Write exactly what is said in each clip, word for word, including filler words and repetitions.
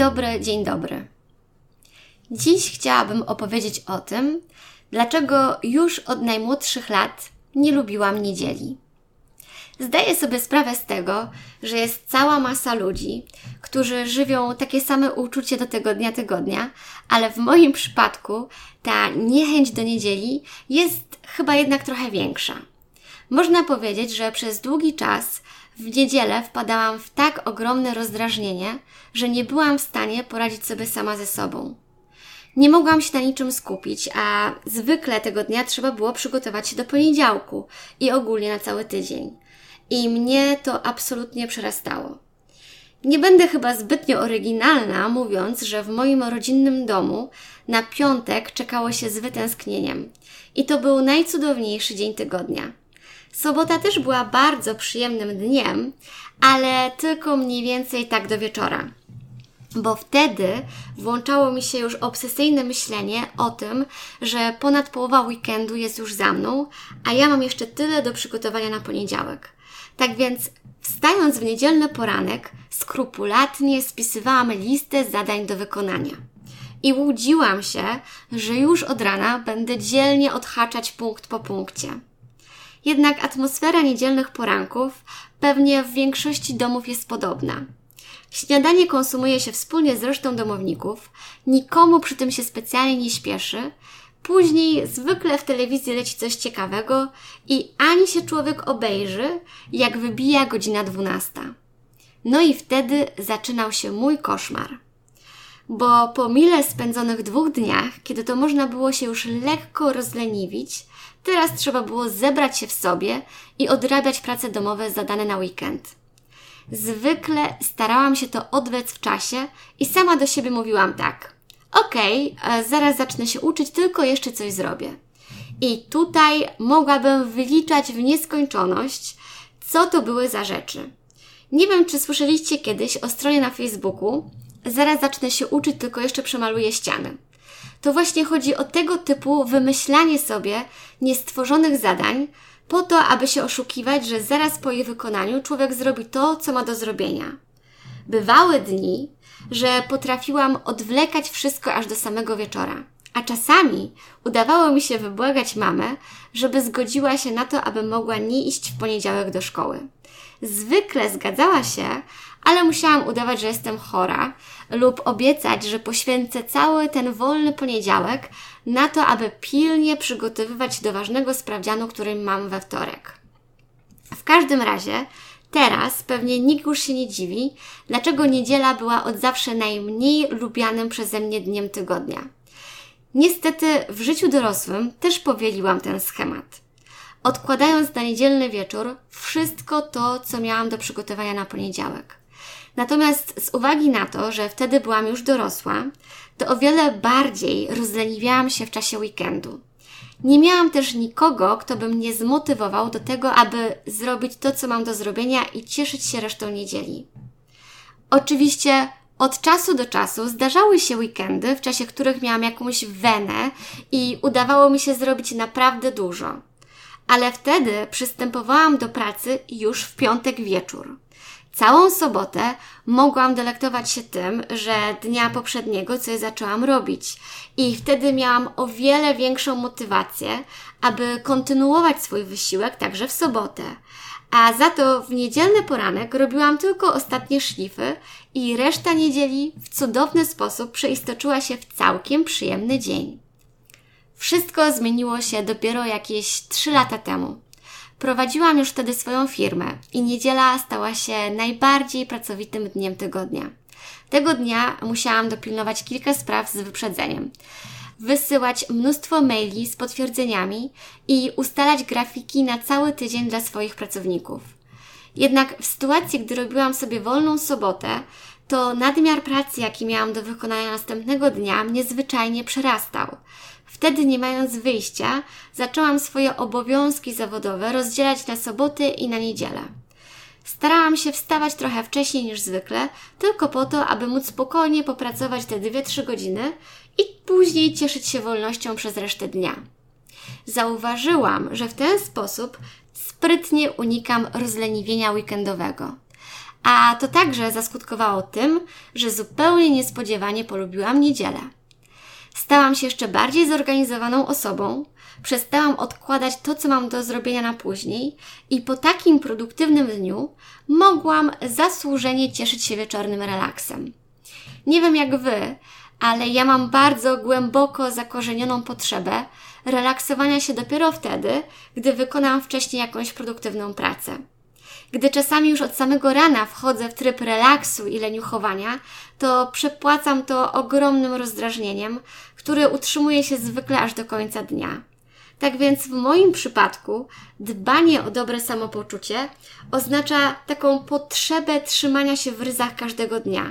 dobry, dzień dobry. Dziś chciałabym opowiedzieć o tym, dlaczego już od najmłodszych lat nie lubiłam niedzieli. Zdaję sobie sprawę z tego, że jest cała masa ludzi, którzy żywią takie same uczucie do tego dnia tygodnia, ale w moim przypadku ta niechęć do niedzieli jest chyba jednak trochę większa. Można powiedzieć, że przez długi czas w niedzielę wpadałam w tak ogromne rozdrażnienie, że nie byłam w stanie poradzić sobie sama ze sobą. Nie mogłam się na niczym skupić, a zwykle tego dnia trzeba było przygotować się do poniedziałku i ogólnie na cały tydzień. I mnie to absolutnie przerastało. Nie będę chyba zbytnio oryginalna, mówiąc, że w moim rodzinnym domu na piątek czekało się z wytęsknieniem. I to był najcudowniejszy dzień tygodnia. Sobota też była bardzo przyjemnym dniem, ale tylko mniej więcej tak do wieczora. Bo wtedy włączało mi się już obsesyjne myślenie o tym, że ponad połowa weekendu jest już za mną, a ja mam jeszcze tyle do przygotowania na poniedziałek. Tak więc wstając w niedzielny poranek, skrupulatnie spisywałam listę zadań do wykonania. I łudziłam się, że już od rana będę dzielnie odhaczać punkt po punkcie. Jednak atmosfera niedzielnych poranków pewnie w większości domów jest podobna. Śniadanie konsumuje się wspólnie z resztą domowników, nikomu przy tym się specjalnie nie śpieszy, później zwykle w telewizji leci coś ciekawego i ani się człowiek obejrzy, jak wybija godzina dwunasta. No i wtedy zaczynał się mój koszmar. Bo po mile spędzonych dwóch dniach, kiedy to można było się już lekko rozleniwić, teraz trzeba było zebrać się w sobie i odrabiać prace domowe zadane na weekend. Zwykle starałam się to odwlec w czasie i sama do siebie mówiłam tak: okej, okay, zaraz zacznę się uczyć, tylko jeszcze coś zrobię. I tutaj mogłabym wyliczać w nieskończoność, co to były za rzeczy. Nie wiem, czy słyszeliście kiedyś o stronie na Facebooku zaraz zacznę się uczyć, tylko jeszcze przemaluję ściany. To właśnie chodzi o tego typu wymyślanie sobie niestworzonych zadań, po to, aby się oszukiwać, że zaraz po jej wykonaniu człowiek zrobi to, co ma do zrobienia. Bywały dni, że potrafiłam odwlekać wszystko aż do samego wieczora, a czasami udawało mi się wybłagać mamę, żeby zgodziła się na to, aby mogła nie iść w poniedziałek do szkoły. Zwykle zgadzała się, ale musiałam udawać, że jestem chora lub obiecać, że poświęcę cały ten wolny poniedziałek na to, aby pilnie przygotowywać się do ważnego sprawdzianu, który mam we wtorek. W każdym razie teraz pewnie nikt już się nie dziwi, dlaczego niedziela była od zawsze najmniej lubianym przeze mnie dniem tygodnia. Niestety w życiu dorosłym też powieliłam ten schemat, odkładając na niedzielny wieczór wszystko to, co miałam do przygotowania na poniedziałek. Natomiast z uwagi na to, że wtedy byłam już dorosła, to o wiele bardziej rozleniwiałam się w czasie weekendu. Nie miałam też nikogo, kto by mnie zmotywował do tego, aby zrobić to, co mam do zrobienia i cieszyć się resztą niedzieli. Oczywiście od czasu do czasu zdarzały się weekendy, w czasie których miałam jakąś wenę i udawało mi się zrobić naprawdę dużo. Ale wtedy przystępowałam do pracy już w piątek wieczór. Całą sobotę mogłam delektować się tym, że dnia poprzedniego coś zaczęłam robić i wtedy miałam o wiele większą motywację, aby kontynuować swój wysiłek także w sobotę. A za to w niedzielny poranek robiłam tylko ostatnie szlify i reszta niedzieli w cudowny sposób przeistoczyła się w całkiem przyjemny dzień. Wszystko zmieniło się dopiero jakieś trzy lata temu. Prowadziłam już wtedy swoją firmę i niedziela stała się najbardziej pracowitym dniem tygodnia. Tego dnia musiałam dopilnować kilka spraw z wyprzedzeniem, wysyłać mnóstwo maili z potwierdzeniami i ustalać grafiki na cały tydzień dla swoich pracowników. Jednak w sytuacji, gdy robiłam sobie wolną sobotę, to nadmiar pracy, jaki miałam do wykonania następnego dnia, mnie zwyczajnie przerastał. Wtedy, nie mając wyjścia, zaczęłam swoje obowiązki zawodowe rozdzielać na soboty i na niedzielę. Starałam się wstawać trochę wcześniej niż zwykle, tylko po to, aby móc spokojnie popracować te dwie trzy godziny i później cieszyć się wolnością przez resztę dnia. Zauważyłam, że w ten sposób sprytnie unikam rozleniwienia weekendowego. A to także zaskutkowało tym, że zupełnie niespodziewanie polubiłam niedzielę. Stałam się jeszcze bardziej zorganizowaną osobą, przestałam odkładać to, co mam do zrobienia na później i po takim produktywnym dniu mogłam zasłużenie cieszyć się wieczornym relaksem. Nie wiem jak Wy, ale ja mam bardzo głęboko zakorzenioną potrzebę relaksowania się dopiero wtedy, gdy wykonam wcześniej jakąś produktywną pracę. Gdy czasami już od samego rana wchodzę w tryb relaksu i leniuchowania, to przepłacam to ogromnym rozdrażnieniem, które utrzymuje się zwykle aż do końca dnia. Tak więc w moim przypadku dbanie o dobre samopoczucie oznacza taką potrzebę trzymania się w ryzach każdego dnia.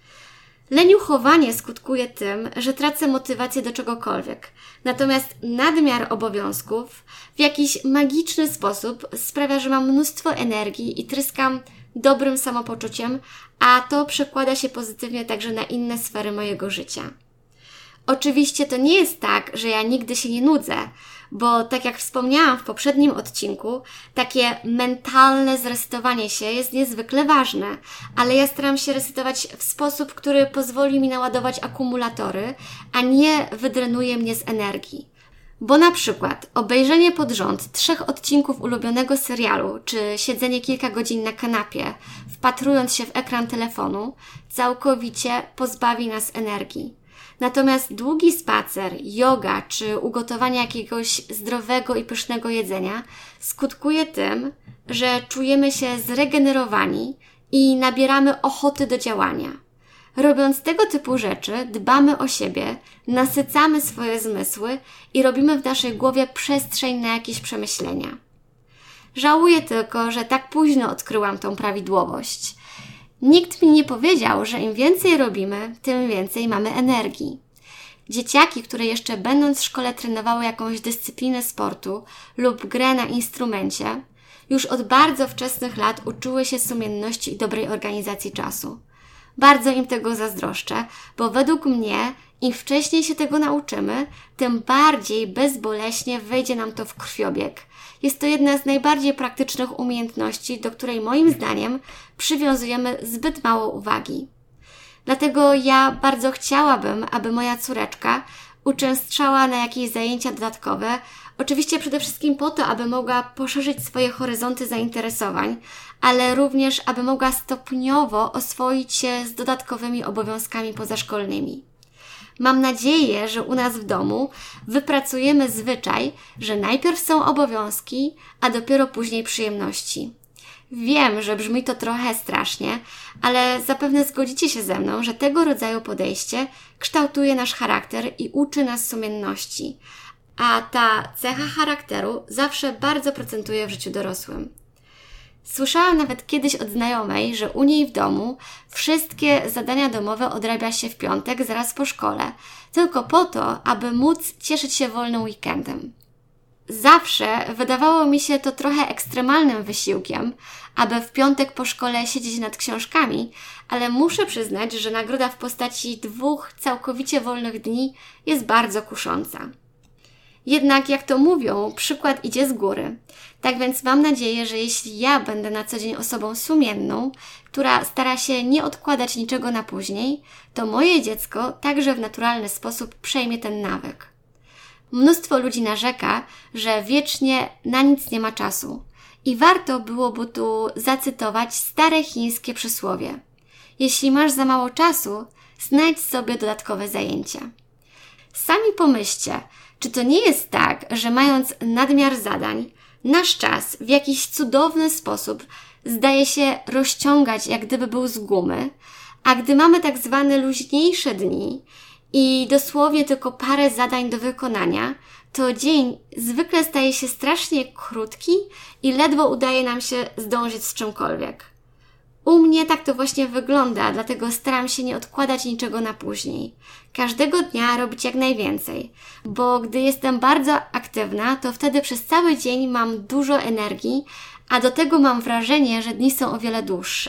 Leniuchowanie skutkuje tym, że tracę motywację do czegokolwiek, natomiast nadmiar obowiązków w jakiś magiczny sposób sprawia, że mam mnóstwo energii i tryskam dobrym samopoczuciem, a to przekłada się pozytywnie także na inne sfery mojego życia. Oczywiście to nie jest tak, że ja nigdy się nie nudzę, bo tak jak wspomniałam w poprzednim odcinku, takie mentalne zresetowanie się jest niezwykle ważne, ale ja staram się resetować w sposób, który pozwoli mi naładować akumulatory, a nie wydrenuje mnie z energii. Bo na przykład obejrzenie pod rząd trzech odcinków ulubionego serialu, czy siedzenie kilka godzin na kanapie, wpatrując się w ekran telefonu, całkowicie pozbawi nas energii. Natomiast długi spacer, yoga czy ugotowanie jakiegoś zdrowego i pysznego jedzenia skutkuje tym, że czujemy się zregenerowani i nabieramy ochoty do działania. Robiąc tego typu rzeczy, dbamy o siebie, nasycamy swoje zmysły i robimy w naszej głowie przestrzeń na jakieś przemyślenia. Żałuję tylko, że tak późno odkryłam tą prawidłowość. Nikt mi nie powiedział, że im więcej robimy, tym więcej mamy energii. Dzieciaki, które jeszcze będąc w szkole trenowały jakąś dyscyplinę sportu lub grę na instrumencie, już od bardzo wczesnych lat uczyły się sumienności i dobrej organizacji czasu. Bardzo im tego zazdroszczę, bo według mnie im wcześniej się tego nauczymy, tym bardziej bezboleśnie wejdzie nam to w krwiobieg. Jest to jedna z najbardziej praktycznych umiejętności, do której moim zdaniem przywiązujemy zbyt mało uwagi. Dlatego ja bardzo chciałabym, aby moja córeczka uczęszczała na jakieś zajęcia dodatkowe, oczywiście przede wszystkim po to, aby mogła poszerzyć swoje horyzonty zainteresowań, ale również, aby mogła stopniowo oswoić się z dodatkowymi obowiązkami pozaszkolnymi. Mam nadzieję, że u nas w domu wypracujemy zwyczaj, że najpierw są obowiązki, a dopiero później przyjemności. Wiem, że brzmi to trochę strasznie, ale zapewne zgodzicie się ze mną, że tego rodzaju podejście kształtuje nasz charakter i uczy nas sumienności, a ta cecha charakteru zawsze bardzo procentuje w życiu dorosłym. Słyszałam nawet kiedyś od znajomej, że u niej w domu wszystkie zadania domowe odrabia się w piątek zaraz po szkole, tylko po to, aby móc cieszyć się wolnym weekendem. Zawsze wydawało mi się to trochę ekstremalnym wysiłkiem, aby w piątek po szkole siedzieć nad książkami, ale muszę przyznać, że nagroda w postaci dwóch całkowicie wolnych dni jest bardzo kusząca. Jednak, jak to mówią, przykład idzie z góry. Tak więc mam nadzieję, że jeśli ja będę na co dzień osobą sumienną, która stara się nie odkładać niczego na później, to moje dziecko także w naturalny sposób przejmie ten nawyk. Mnóstwo ludzi narzeka, że wiecznie na nic nie ma czasu. I warto byłoby tu zacytować stare chińskie przysłowie. Jeśli masz za mało czasu, znajdź sobie dodatkowe zajęcia. Sami pomyślcie, czy to nie jest tak, że mając nadmiar zadań, nasz czas w jakiś cudowny sposób zdaje się rozciągać, jak gdyby był z gumy, a gdy mamy tak zwane luźniejsze dni i dosłownie tylko parę zadań do wykonania, to dzień zwykle staje się strasznie krótki i ledwo udaje nam się zdążyć z czymkolwiek. U mnie tak to właśnie wygląda, dlatego staram się nie odkładać niczego na później. Każdego dnia robić jak najwięcej, bo gdy jestem bardzo aktywna, to wtedy przez cały dzień mam dużo energii, a do tego mam wrażenie, że dni są o wiele dłuższe.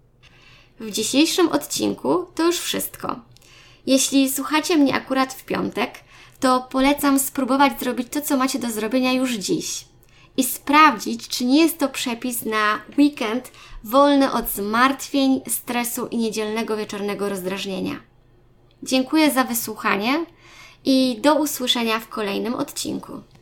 W dzisiejszym odcinku to już wszystko. Jeśli słuchacie mnie akurat w piątek, to polecam spróbować zrobić to, co macie do zrobienia już dziś. i sprawdzić, czy nie jest to przepis na weekend wolny od zmartwień, stresu i niedzielnego wieczornego rozdrażnienia. Dziękuję za wysłuchanie i do usłyszenia w kolejnym odcinku.